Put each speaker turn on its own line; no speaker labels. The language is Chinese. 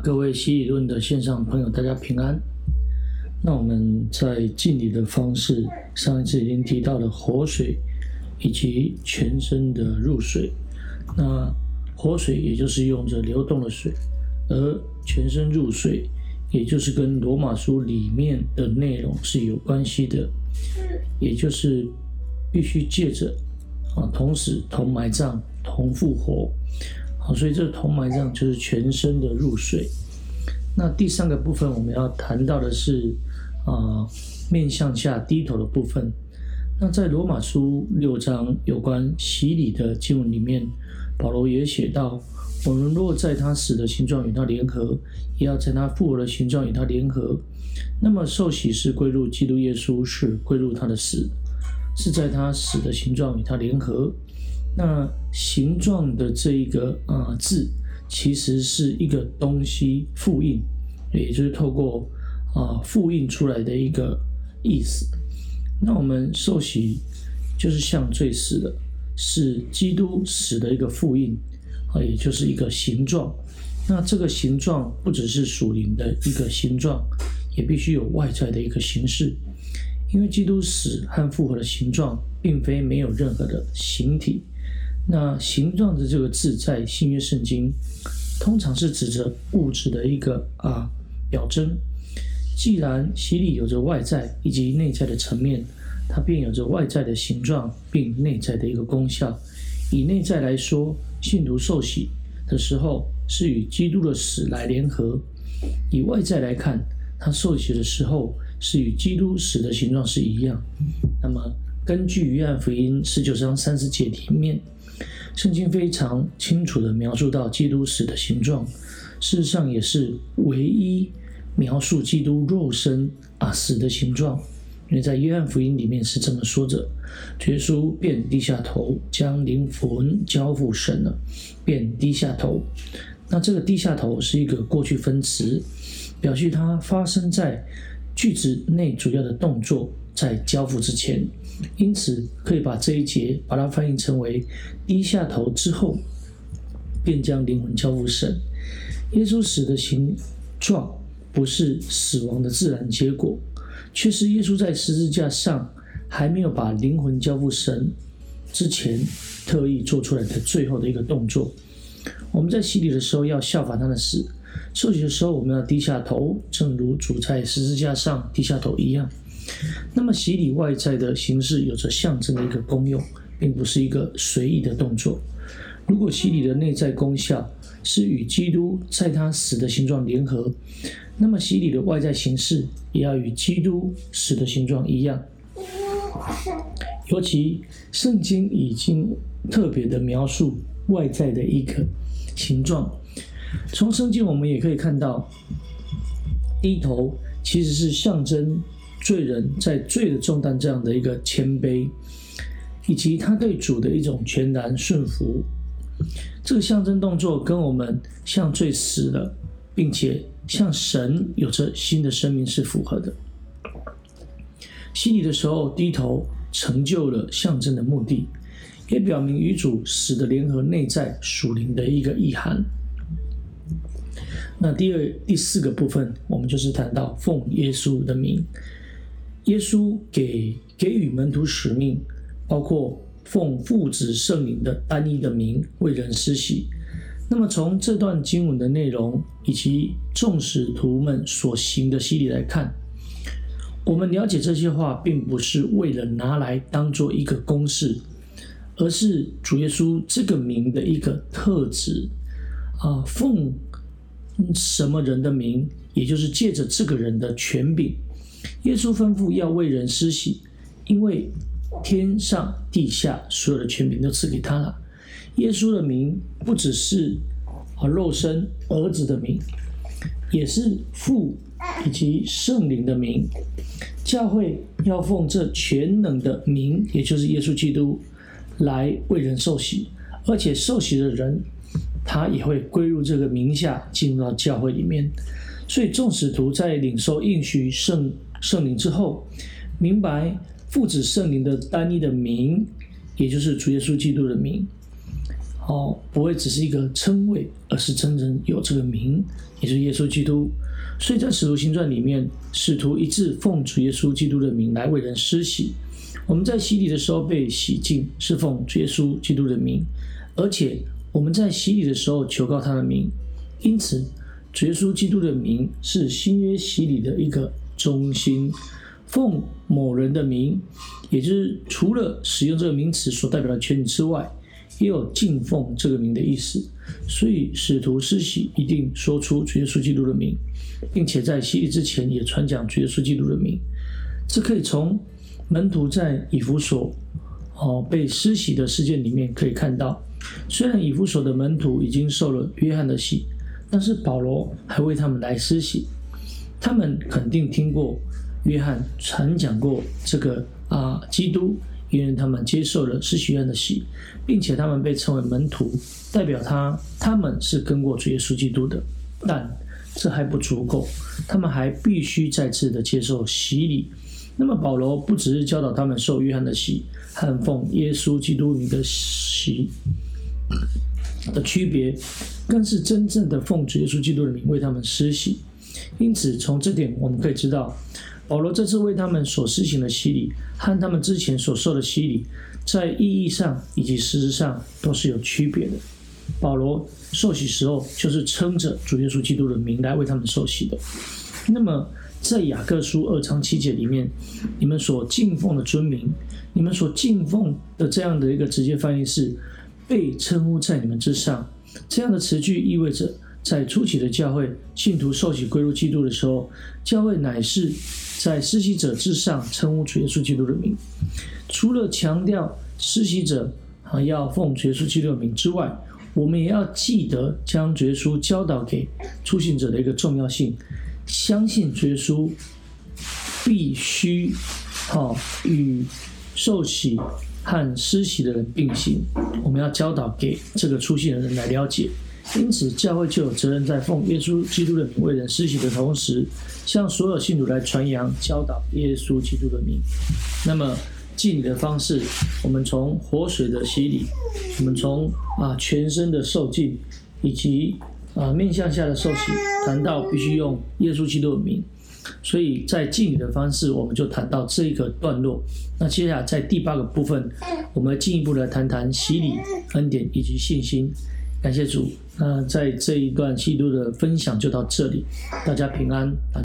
各位洗礼论的线上朋友，大家平安。那我们在敬礼的方式，上一次已经提到了活水以及全身的入水。那活水也就是用着流动的水，而全身入水也就是跟罗马书里面的内容是有关系的，也就是必须借着同死、同埋葬、同复活。所以这同埋葬就是全身的入水。那第三个部分我们要谈到的是面向下低头的部分。那在罗马书6章有关洗礼的经文里面，保罗也写到，我们若在他死的形状与他联合，也要在他复活的形状与他联合。那么受洗是归入基督耶稣，是归入他的死，是在他死的形状与他联合。那形状的这一个字，其实是一个东西复印，也就是透过复印出来的一个意思。那我们受洗就是向罪死的，是基督死的一个复印，也就是一个形状。那这个形状不只是属灵的一个形状，也必须有外在的一个形式。因为基督死和复活的形状并非没有任何的形体。那形状的这个字在新约圣经通常是指着物质的一个表征。既然洗礼有着外在以及内在的层面，它便有着外在的形状并内在的一个功效。以内在来说，信徒受洗的时候是与基督的死来联合；以外在来看，他受洗的时候是与基督死的形状是一样。那么根据约翰福音19章30节里面，圣经非常清楚地描述到基督死的形状，事实上也是唯一描述基督肉身死的形状。因为在约翰福音里面是这么说着，主耶稣便低下头，将灵魂交付神了，便低下头。那这个低下头是一个过去分词，表示它发生在句子内主要的动作在交付之前，因此可以把这一节把它翻译成为低下头之后便将灵魂交付神。耶稣死的形状不是死亡的自然结果，却是耶稣在十字架上还没有把灵魂交付神之前特意做出来的最后的一个动作。我们在洗礼的时候要效法他的死，受洗的时候我们要低下头，正如主在十字架上低下头一样。那么洗礼外在的形式有着象征的一个功用，并不是一个随意的动作。如果洗礼的内在功效是与基督在他死的形状联合，那么洗礼的外在形式也要与基督死的形状一样。尤其圣经已经特别的描述外在的一个形状。从圣经我们也可以看到，低头其实是象征罪人在罪的重担这样的一个谦卑，以及他对主的一种全然顺服。这个象征动作跟我们向罪死了，并且向神有着新的生命是符合的。洗礼的时候低头成就了象征的目的，也表明与主死的联合内在属灵的一个意涵。那第四个部分，我们就是谈到奉耶稣的名。耶稣给予门徒使命，包括奉父子圣灵的单一的名为人施洗。那么从这段经文的内容以及众使徒们所行的洗礼来看，我们了解这些话并不是为了拿来当做一个公式，而是主耶稣这个名的一个特质。奉什么人的名，也就是借着这个人的权柄。耶稣吩咐要为人施洗，因为天上地下所有的权柄都赐给他了。耶稣的名不只是肉身儿子的名，也是父以及圣灵的名。教会要奉这全能的名，也就是耶稣基督来为人受洗，而且受洗的人他也会归入这个名下，进入到教会里面。所以众使徒在领受应许圣灵之后，明白父子圣灵的单一的名，也就是主耶稣基督的名。 不会只是一个称谓，而是真正有这个名，也就是耶稣基督。所以在使徒行传里面，使徒一致奉主耶稣基督的名来为人施洗。我们在洗礼的时候被洗净，是奉主耶稣基督的名，而且我们在洗礼的时候求告他的名。因此主耶稣基督的名是新约洗礼的一个中心。奉某人的名，也就是除了使用这个名词所代表的权利之外，也有敬奉这个名的意思。所以使徒施洗一定说出主耶稣基督的名，并且在洗礼之前也传讲主耶稣基督的名。这可以从门徒在以弗所被施洗的事件里面可以看到。虽然以弗所的门徒已经受了约翰的洗，但是保罗还为他们来施洗。他们肯定听过约翰传讲过这个基督，因为他们接受了施洗约翰的洗，并且他们被称为门徒，代表他们是跟过主耶稣基督的。但这还不足够，他们还必须再次的接受洗礼。那么保罗不只是教导他们受约翰的洗和奉耶稣基督名的洗的区别，更是真正的奉主耶稣基督的名为他们施洗。因此从这点我们可以知道，保罗这次为他们所施行的洗礼和他们之前所受的洗礼，在意义上以及实质上都是有区别的。保罗受洗时候就是称着主耶稣基督的名来为他们受洗的。那么在雅各书2章7节里面，你们所敬奉的尊名，你们所敬奉的这样的一个直接翻译是被称呼在你们之上。这样的词句意味着在初期的教会，信徒受洗归入基督的时候，教会乃是在施洗者之上称呼主耶稣基督的名。除了强调施洗者要奉主耶稣基督的名之外，我们也要记得将主耶稣教导给初信者的一个重要性，相信主耶稣必须与受洗和施洗的人并行，我们要教导给这个初信的人来了解。因此教会就有责任在奉耶稣基督的名为人施洗的同时，向所有信徒来传扬教导耶稣基督的名。那么敬礼的方式，我们从活水的洗礼，我们从全身的受浸，以及面向下的受洗，谈到必须用耶稣基督的名。所以在敬礼的方式我们就谈到这一个段落。那接下来在第8个部分，我们进一步来谈谈洗礼、恩典以及信心。感谢主，那在这一段基督的分享就到这里，大家平安。